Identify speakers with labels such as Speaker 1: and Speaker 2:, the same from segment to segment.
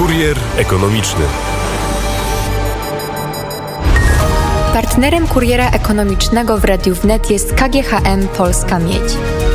Speaker 1: Kurier ekonomiczny.
Speaker 2: Partnerem Kuriera Ekonomicznego w Radiu Wnet jest KGHM Polska Miedź.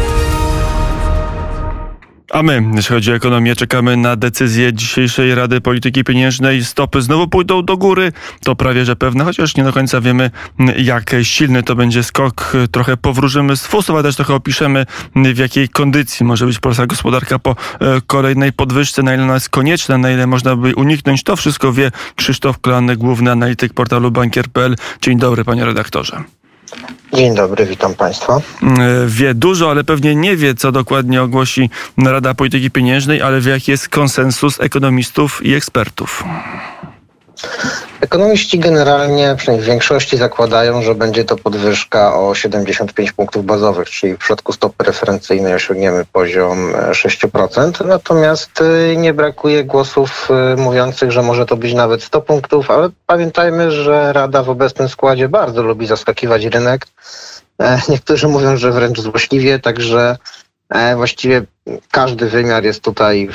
Speaker 3: A my, jeśli chodzi o ekonomię, czekamy na decyzję dzisiejszej Rady Polityki Pieniężnej. Stopy znowu pójdą do góry, to prawie że pewne, chociaż nie do końca wiemy, jak silny to będzie skok. Trochę powróżymy z fusów, ale też trochę opiszemy, w jakiej kondycji może być polska gospodarka po kolejnej podwyżce, na ile ona jest konieczna, na ile można by uniknąć. To wszystko wie Krzysztof Kolanek, główny analityk portalu bankier.pl. Dzień dobry, panie redaktorze.
Speaker 4: Dzień dobry, witam państwa.
Speaker 3: Wie dużo, ale pewnie nie wie, co dokładnie ogłosi Rada Polityki Pieniężnej, ale wie, jaki jest konsensus ekonomistów i ekspertów.
Speaker 4: Ekonomiści generalnie, przynajmniej w większości, zakładają, że będzie to podwyżka o 75 punktów bazowych, czyli w przypadku stopy referencyjnej osiągniemy poziom 6%. Natomiast nie brakuje głosów mówiących, że może to być nawet 100 punktów, ale pamiętajmy, że Rada w obecnym składzie bardzo lubi zaskakiwać rynek. Niektórzy mówią, że wręcz złośliwie, także właściwie każdy wymiar jest tutaj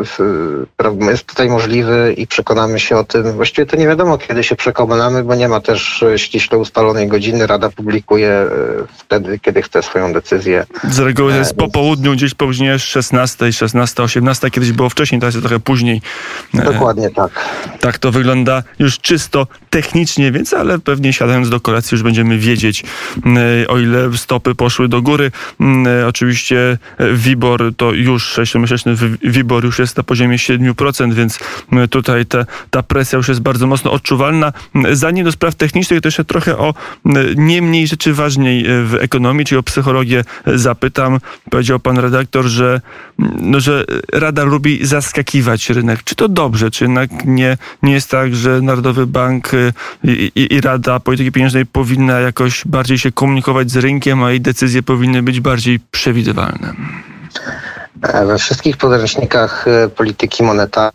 Speaker 4: możliwy i przekonamy się o tym. Właściwie to nie wiadomo, kiedy się przekonamy, bo nie ma też ściśle ustalonej godziny. Rada publikuje wtedy, kiedy chce swoją decyzję.
Speaker 3: Z reguły jest po południu, gdzieś później 16, 18. Kiedyś było wcześniej, teraz jest trochę później.
Speaker 4: Dokładnie tak.
Speaker 3: Tak to wygląda już czysto technicznie, więc ale pewnie siadając do kolacji już będziemy wiedzieć, o ile stopy poszły do góry. Oczywiście WIBOR to już 6-miesięczny WIBOR już jest na poziomie 7%, więc tutaj ta presja już jest bardzo mocno odczuwalna. Zanim do spraw technicznych, to jeszcze trochę o nie mniej rzeczy ważnej w ekonomii, czyli o psychologię zapytam. Powiedział pan redaktor, że Rada lubi zaskakiwać rynek. Czy to dobrze? Czy jednak nie jest tak, że Narodowy Bank i Rada Polityki Pieniężnej powinna jakoś bardziej się komunikować z rynkiem, a jej decyzje powinny być bardziej przewidywalne?
Speaker 4: We wszystkich podręcznikach polityki monetarnej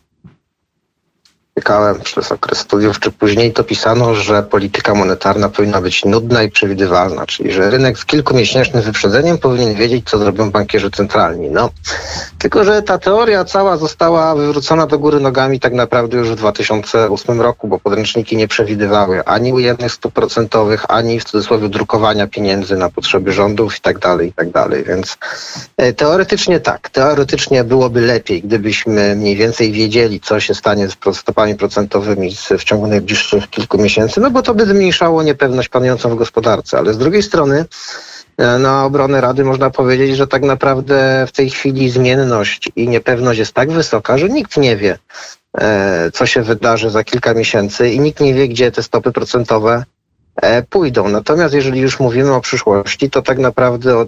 Speaker 4: przez okres studiów czy później to pisano, że polityka monetarna powinna być nudna i przewidywalna, czyli że rynek z kilkumiesięcznym wyprzedzeniem powinien wiedzieć, co zrobią bankierzy centralni. Tylko że ta teoria cała została wywrócona do góry nogami tak naprawdę już w 2008 roku, bo podręczniki nie przewidywały ani ujemnych stóp procentowych, ani w cudzysłowie drukowania pieniędzy na potrzeby rządów i tak dalej. Więc teoretycznie tak, teoretycznie byłoby lepiej, gdybyśmy mniej więcej wiedzieli, co się stanie z stopami procentowymi w ciągu najbliższych kilku miesięcy, bo to by zmniejszało niepewność panującą w gospodarce. Ale z drugiej strony na obronę Rady można powiedzieć, że tak naprawdę w tej chwili zmienność i niepewność jest tak wysoka, że nikt nie wie, co się wydarzy za kilka miesięcy i nikt nie wie, gdzie te stopy procentowe pójdą. Natomiast jeżeli już mówimy o przyszłości, to tak naprawdę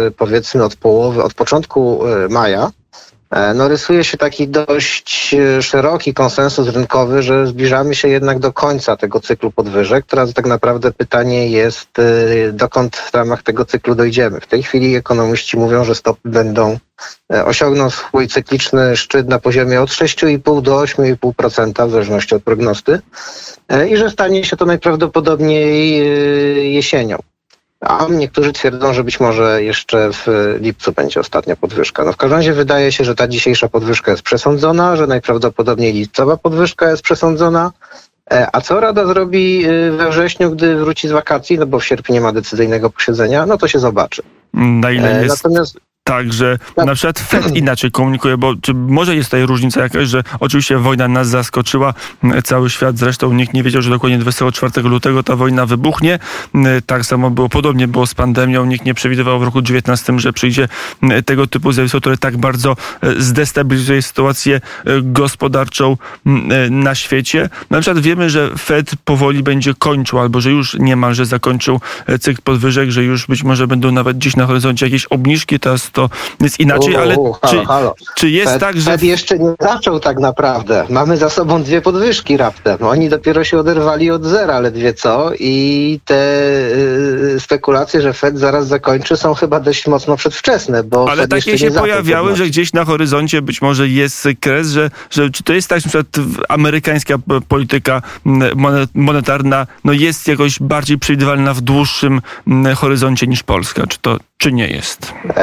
Speaker 4: od początku maja rysuje się taki dość szeroki konsensus rynkowy, że zbliżamy się jednak do końca tego cyklu podwyżek. Teraz tak naprawdę pytanie jest, dokąd w ramach tego cyklu dojdziemy. W tej chwili ekonomiści mówią, że stopy osiągną swój cykliczny szczyt na poziomie od 6,5 do 8,5% w zależności od prognosty i że stanie się to najprawdopodobniej jesienią. A niektórzy twierdzą, że być może jeszcze w lipcu będzie ostatnia podwyżka. W każdym razie wydaje się, że ta dzisiejsza podwyżka jest przesądzona, że najprawdopodobniej lipcowa podwyżka jest przesądzona. A co Rada zrobi we wrześniu, gdy wróci z wakacji? Bo w sierpniu nie ma decyzyjnego posiedzenia, to się zobaczy.
Speaker 3: Na ile jest... Tak, że na przykład Fed inaczej komunikuje, bo czy może jest tutaj różnica jakaś, że oczywiście wojna nas zaskoczyła, cały świat zresztą, nikt nie wiedział, że dokładnie 24 lutego ta wojna wybuchnie. Tak samo podobnie było z pandemią, nikt nie przewidywał w roku 2019, że przyjdzie tego typu zjawisko, które tak bardzo zdestabilizuje sytuację gospodarczą na świecie. Na przykład wiemy, że Fed powoli będzie kończył, albo że już niemalże zakończył cykl podwyżek, że już być może będą nawet dziś na horyzoncie jakieś obniżki, teraz to jest inaczej, ale czy jest tak, że...
Speaker 4: Fed jeszcze nie zaczął tak naprawdę. Mamy za sobą 2 podwyżki raptem. Oni dopiero się oderwali od zera, ledwie co. I te spekulacje, że Fed zaraz zakończy, są chyba dość mocno przedwczesne, bo
Speaker 3: ale
Speaker 4: Fed
Speaker 3: takie się pojawiały, że gdzieś na horyzoncie być może jest kres, że czy to jest tak, że na przykład amerykańska polityka monetarna jest jakoś bardziej przewidywalna w dłuższym horyzoncie niż Polska? Czy nie jest?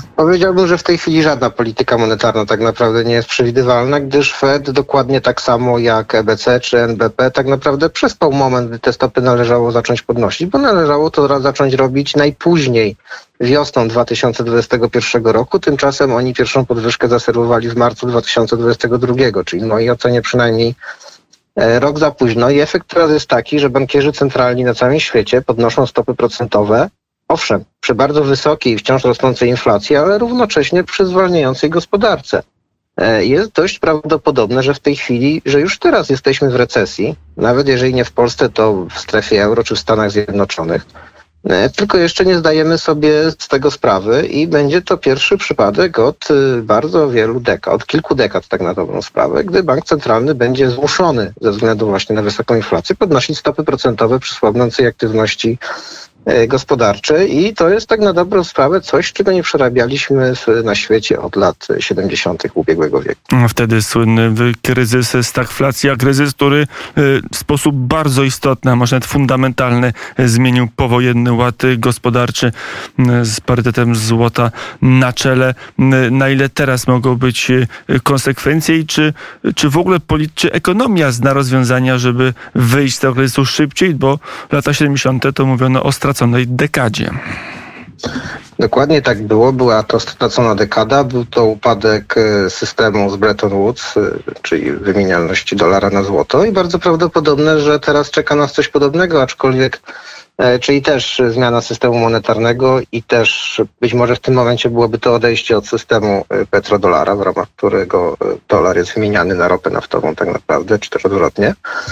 Speaker 4: Powiedziałbym, że w tej chwili żadna polityka monetarna tak naprawdę nie jest przewidywalna, gdyż Fed dokładnie tak samo jak EBC czy NBP tak naprawdę przespał moment, gdy te stopy należało zacząć podnosić, bo należało to zacząć robić najpóźniej wiosną 2021 roku. Tymczasem oni pierwszą podwyżkę zaserwowali w marcu 2022, czyli w mojej ocenie przynajmniej rok za późno. I efekt teraz jest taki, że bankierzy centralni na całym świecie podnoszą stopy procentowe. Owszem, przy bardzo wysokiej, wciąż rosnącej inflacji, ale równocześnie przy zwalniającej gospodarce. Jest dość prawdopodobne, że w tej chwili, że już teraz jesteśmy w recesji, nawet jeżeli nie w Polsce, to w strefie euro czy w Stanach Zjednoczonych. Tylko jeszcze nie zdajemy sobie z tego sprawy i będzie to pierwszy przypadek od bardzo wielu dekad, od kilku dekad tak na dobrą sprawę, gdy bank centralny będzie zmuszony ze względu właśnie na wysoką inflację podnosić stopy procentowe przy słabnącej aktywności gospodarczej i to jest tak na dobrą sprawę coś, czego nie przerabialiśmy na świecie od lat 70. ubiegłego wieku.
Speaker 3: Wtedy słynny kryzys, stagflacja, kryzys, który w sposób bardzo istotny, a może nawet fundamentalny zmienił powojenny ład gospodarczy z parytetem złota na czele. Na ile teraz mogą być konsekwencje i czy w ogóle czy ekonomia zna rozwiązania, żeby wyjść z tego kryzysu szybciej, bo lata 70. to mówiono o straconej dekadzie.
Speaker 4: Dokładnie tak było. Była to stracona dekada. Był to upadek systemu z Bretton Woods, czyli wymienialności dolara na złoto i bardzo prawdopodobne, że teraz czeka nas coś podobnego, aczkolwiek czyli też zmiana systemu monetarnego i też być może w tym momencie byłoby to odejście od systemu petrodolara, w ramach którego dolar jest wymieniany na ropę naftową tak naprawdę, czy też odwrotnie.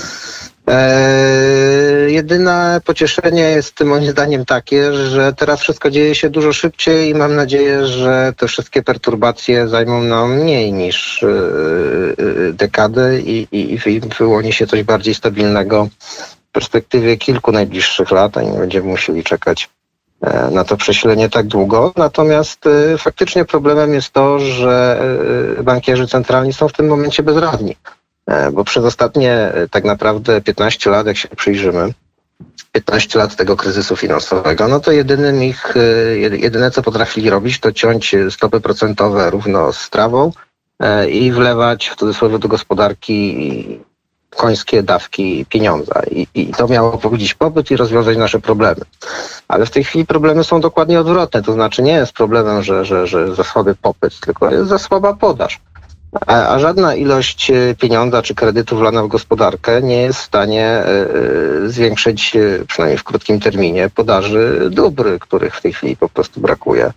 Speaker 4: Jedyne pocieszenie jest moim zdaniem takie, że teraz wszystko dzieje się dużo szybciej i mam nadzieję, że te wszystkie perturbacje zajmą nam mniej niż dekadę i wyłoni się coś bardziej stabilnego w perspektywie kilku najbliższych lat, a nie będziemy musieli czekać na to przesilenie tak długo. Natomiast faktycznie problemem jest to, że bankierzy centralni są w tym momencie bezradni. Bo przez ostatnie tak naprawdę 15 lat, jak się przyjrzymy, 15 lat tego kryzysu finansowego, no to jedyne co potrafili robić, to ciąć stopy procentowe równo z trawą i wlewać w cudzysłowie do gospodarki końskie dawki pieniądza. I to miało pobudzić popyt i rozwiązać nasze problemy. Ale w tej chwili problemy są dokładnie odwrotne. To znaczy nie jest problemem, że za słaby popyt, tylko jest za słaba podaż. A żadna ilość pieniądza czy kredytu wlana w gospodarkę nie jest w stanie zwiększyć, przynajmniej w krótkim terminie, podaży dóbr, których w tej chwili po prostu brakuje.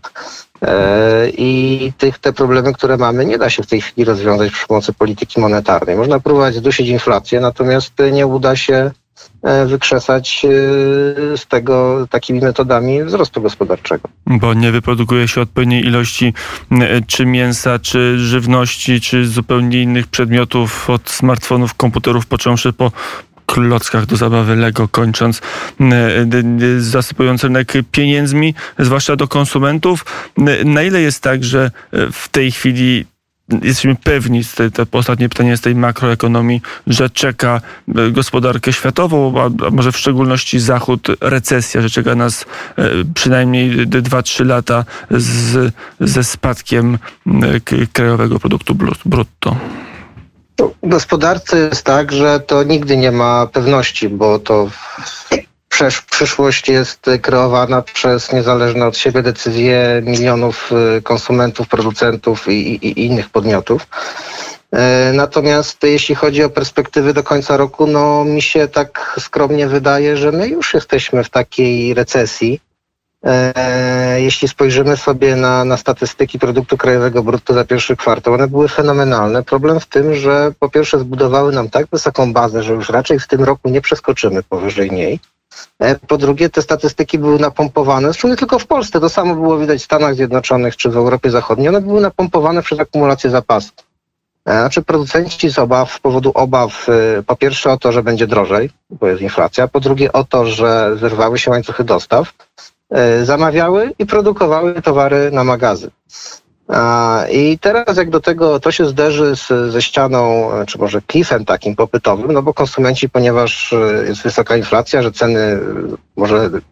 Speaker 4: I te problemy, które mamy, nie da się w tej chwili rozwiązać przy pomocy polityki monetarnej. Można próbować zdusić inflację, natomiast nie uda się wykrzesać z tego takimi metodami wzrostu gospodarczego.
Speaker 3: Bo nie wyprodukuje się odpowiedniej ilości czy mięsa, czy żywności, czy zupełnie innych przedmiotów, od smartfonów, komputerów, począwszy po klockach do zabawy Lego, kończąc, zasypując rynek pieniędzmi, zwłaszcza do konsumentów. Na ile jest tak, że w tej chwili jesteśmy pewni, to ostatnie pytanie z tej makroekonomii, że czeka gospodarkę światową, a może w szczególności Zachód, recesja, że czeka nas przynajmniej 2-3 lata ze spadkiem krajowego produktu brutto?
Speaker 4: W gospodarce jest tak, że to nigdy nie ma pewności, bo to przyszłość jest kreowana przez niezależne od siebie decyzje milionów konsumentów, producentów i innych podmiotów. Natomiast jeśli chodzi o perspektywy do końca roku, no mi się tak skromnie wydaje, że my już jesteśmy w takiej recesji. Jeśli spojrzymy sobie na statystyki produktu krajowego brutto za pierwszy kwartał, one były fenomenalne. Problem w tym, że po pierwsze zbudowały nam tak wysoką bazę, że już raczej w tym roku nie przeskoczymy powyżej niej. Po drugie, te statystyki były napompowane, zresztą nie tylko w Polsce, to samo było widać w Stanach Zjednoczonych czy w Europie Zachodniej, one były napompowane przez akumulację zapasów. Znaczy producenci z powodu obaw, po pierwsze o to, że będzie drożej, bo jest inflacja, po drugie o to, że zerwały się łańcuchy dostaw, zamawiały i produkowały towary na magazyn. I teraz jak do tego to się zderzy ze ścianą, czy może klifem takim popytowym, no bo konsumenci, ponieważ jest wysoka inflacja, że ceny może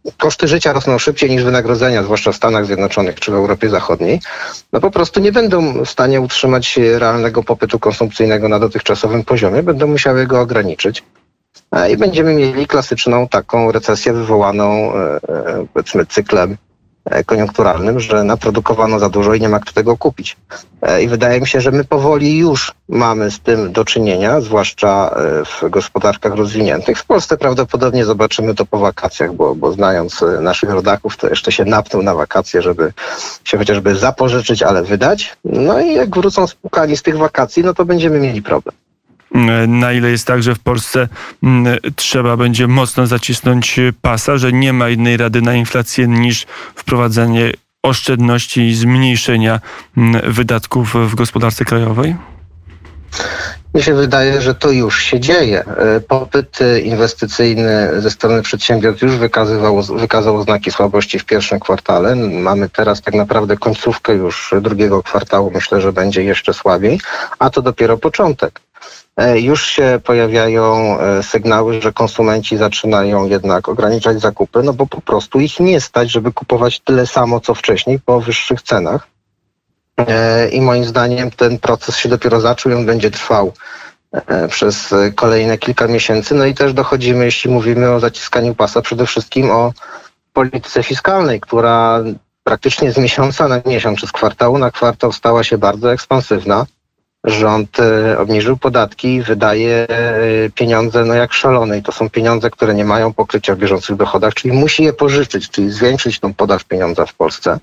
Speaker 4: koszty życia rosną szybciej niż wynagrodzenia, zwłaszcza w Stanach Zjednoczonych czy w Europie Zachodniej, no po prostu nie będą w stanie utrzymać realnego popytu konsumpcyjnego na dotychczasowym poziomie, będą musiały go ograniczyć. I będziemy mieli klasyczną taką recesję wywołaną, powiedzmy, cyklem koniunkturalnym, że naprodukowano za dużo i nie ma kto tego kupić. I wydaje mi się, że my powoli już mamy z tym do czynienia, zwłaszcza w gospodarkach rozwiniętych. W Polsce prawdopodobnie zobaczymy to po wakacjach, bo znając naszych rodaków, to jeszcze się napną na wakacje, żeby się chociażby zapożyczyć, ale wydać. No i jak wrócą spłukani z tych wakacji, no to będziemy mieli problem.
Speaker 3: Na ile jest tak, że w Polsce trzeba będzie mocno zacisnąć pasa, że nie ma innej rady na inflację niż wprowadzenie oszczędności i zmniejszenia wydatków w gospodarce krajowej?
Speaker 4: Mi się wydaje, że to już się dzieje. Popyt inwestycyjny ze strony przedsiębiorstw już wykazał znaki słabości w pierwszym kwartale. Mamy teraz tak naprawdę końcówkę już drugiego kwartału. Myślę, że będzie jeszcze słabiej, a to dopiero początek. Już się pojawiają sygnały, że konsumenci zaczynają jednak ograniczać zakupy, no bo po prostu ich nie stać, żeby kupować tyle samo co wcześniej po wyższych cenach. I moim zdaniem ten proces się dopiero zaczął i on będzie trwał przez kolejne kilka miesięcy. No i też dochodzimy, jeśli mówimy o zaciskaniu pasa, przede wszystkim o polityce fiskalnej, która praktycznie z miesiąca na miesiąc, czy z kwartału na kwartał stała się bardzo ekspansywna. Rząd obniżył podatki i wydaje pieniądze jak szalone. I to są pieniądze, które nie mają pokrycia w bieżących dochodach, czyli musi je pożyczyć, czyli zwiększyć tą podaż pieniądza w Polsce.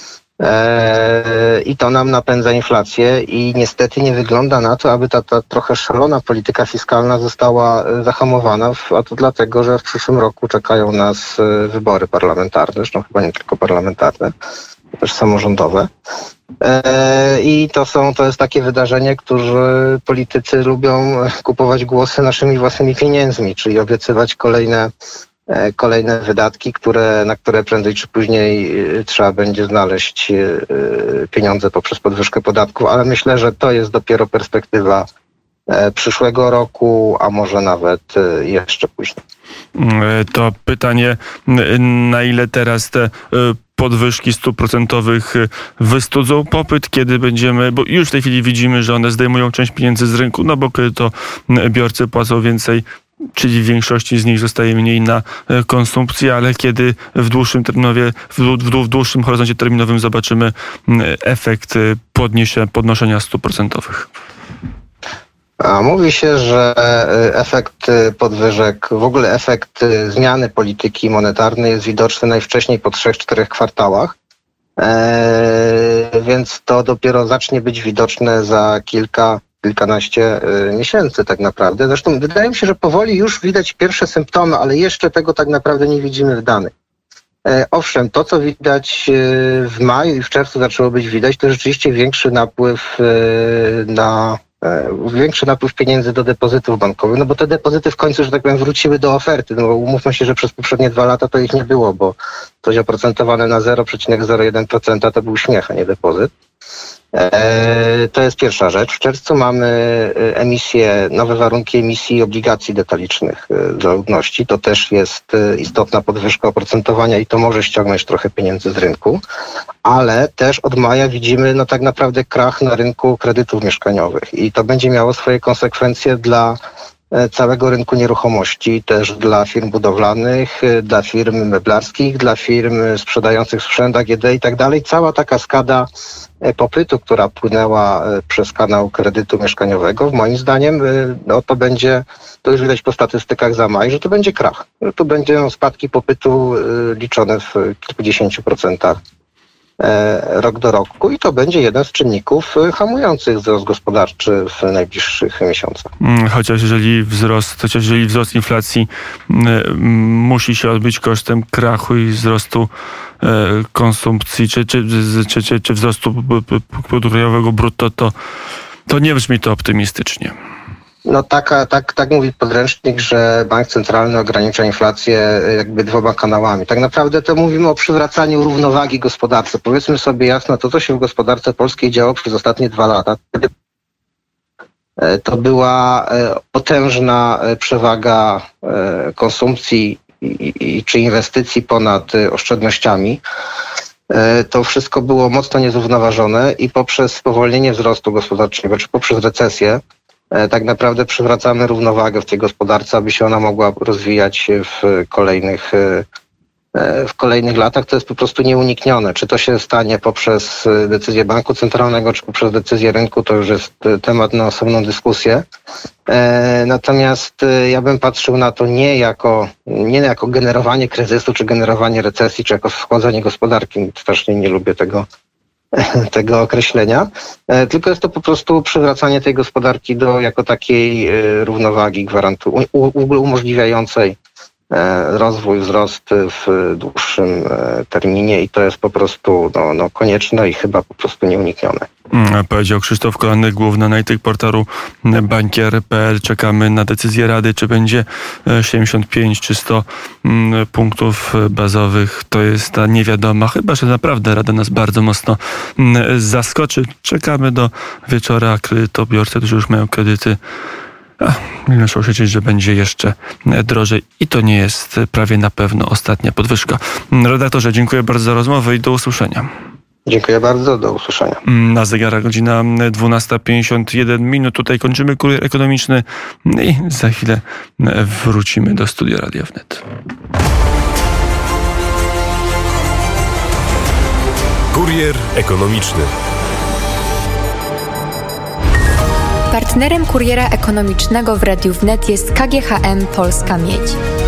Speaker 4: I to nam napędza inflację i niestety nie wygląda na to, aby ta trochę szalona polityka fiskalna została zahamowana, a to dlatego, że w przyszłym roku czekają nas wybory parlamentarne, zresztą chyba nie tylko parlamentarne, też samorządowe. I to jest takie wydarzenie, którzy politycy lubią kupować głosy naszymi własnymi pieniędzmi, czyli obiecywać kolejne wydatki, na które prędzej czy później trzeba będzie znaleźć pieniądze poprzez podwyżkę podatków, ale myślę, że to jest dopiero perspektywa przyszłego roku, a może nawet jeszcze później.
Speaker 3: To pytanie, na ile teraz te podwyżki stóp procentowych wystudzą popyt, kiedy będziemy, bo już w tej chwili widzimy, że one zdejmują część pieniędzy z rynku, no bo kredytobiorcy płacą więcej, czyli w większości z nich zostaje mniej na konsumpcję, ale kiedy w dłuższym terminowie, w dłuższym horyzoncie terminowym zobaczymy efekt podnoszenia stóp procentowych.
Speaker 4: Mówi się, że efekt podwyżek, w ogóle efekt zmiany polityki monetarnej jest widoczny najwcześniej po 3-4 kwartałach, więc to dopiero zacznie być widoczne za kilkanaście miesięcy tak naprawdę. Zresztą wydaje mi się, że powoli już widać pierwsze symptomy, ale jeszcze tego tak naprawdę nie widzimy w danych. Owszem, to co widać w maju i w czerwcu zaczęło być widać, to rzeczywiście większy napływ pieniędzy do depozytów bankowych, no bo te depozyty w końcu, że tak powiem, wróciły do oferty. No bo umówmy się, że przez poprzednie 2 lata to ich nie było, bo coś oprocentowane na 0,01% to był śmiech, a nie depozyt. To jest pierwsza rzecz. W czerwcu mamy nowe warunki emisji obligacji detalicznych dla ludności. To też jest istotna podwyżka oprocentowania i to może ściągnąć trochę pieniędzy z rynku, ale też od maja widzimy tak naprawdę krach na rynku kredytów mieszkaniowych i to będzie miało swoje konsekwencje dla całego rynku nieruchomości, też dla firm budowlanych, dla firm meblarskich, dla firm sprzedających sprzęt AGD i tak dalej. Cała ta kaskada popytu, która płynęła przez kanał kredytu mieszkaniowego, moim zdaniem to już widać po statystykach za maj, że to będzie krach. Że to będą spadki popytu liczone w kilkudziesięciu procentach rok do roku i to będzie jeden z czynników hamujących wzrost gospodarczy w najbliższych miesiącach.
Speaker 3: Chociaż jeżeli wzrost inflacji musi się odbyć kosztem krachu i wzrostu konsumpcji czy wzrostu produktu krajowego brutto, to nie brzmi to optymistycznie.
Speaker 4: No tak mówi podręcznik, że bank centralny ogranicza inflację jakby 2 kanałami. Tak naprawdę to mówimy o przywracaniu równowagi gospodarczej. Powiedzmy sobie jasno, to co się w gospodarce polskiej działo przez ostatnie 2 lata. To była potężna przewaga konsumpcji czy inwestycji ponad oszczędnościami. To wszystko było mocno niezrównoważone i poprzez spowolnienie wzrostu gospodarczego, czy poprzez recesję, tak naprawdę przywracamy równowagę w tej gospodarce, aby się ona mogła rozwijać się w kolejnych latach. To jest po prostu nieuniknione. Czy to się stanie poprzez decyzję banku centralnego, czy poprzez decyzję rynku, to już jest temat na osobną dyskusję. Natomiast ja bym patrzył na to nie jako generowanie kryzysu, czy generowanie recesji, czy jako schłodzenie gospodarki. Strasznie nie lubię tego określenia, tylko jest to po prostu przywracanie tej gospodarki do jako takiej równowagi umożliwiającej rozwój, wzrost w dłuższym terminie i to jest po prostu konieczne i chyba po prostu nieuniknione.
Speaker 3: Powiedział Krzysztof Kolanek, główny analityk portalu bankier.pl. Czekamy na decyzję Rady, czy będzie 75 czy 100 punktów bazowych. To jest ta niewiadoma, chyba że naprawdę Rada nas bardzo mocno zaskoczy. Czekamy do wieczora. Kredytobiorcy, którzy już mają kredyty, muszą się cieszyć, że będzie jeszcze drożej i to nie jest prawie na pewno ostatnia podwyżka. Redaktorze, dziękuję bardzo za rozmowę i do usłyszenia.
Speaker 4: Dziękuję bardzo, do usłyszenia.
Speaker 3: Na zegarach godzina 12:51. Tutaj kończymy Kurier Ekonomiczny i za chwilę wrócimy do studia Radia Wnet.
Speaker 1: Kurier Ekonomiczny.
Speaker 2: Partnerem Kuriera Ekonomicznego w Radiu Wnet jest KGHM Polska Miedź.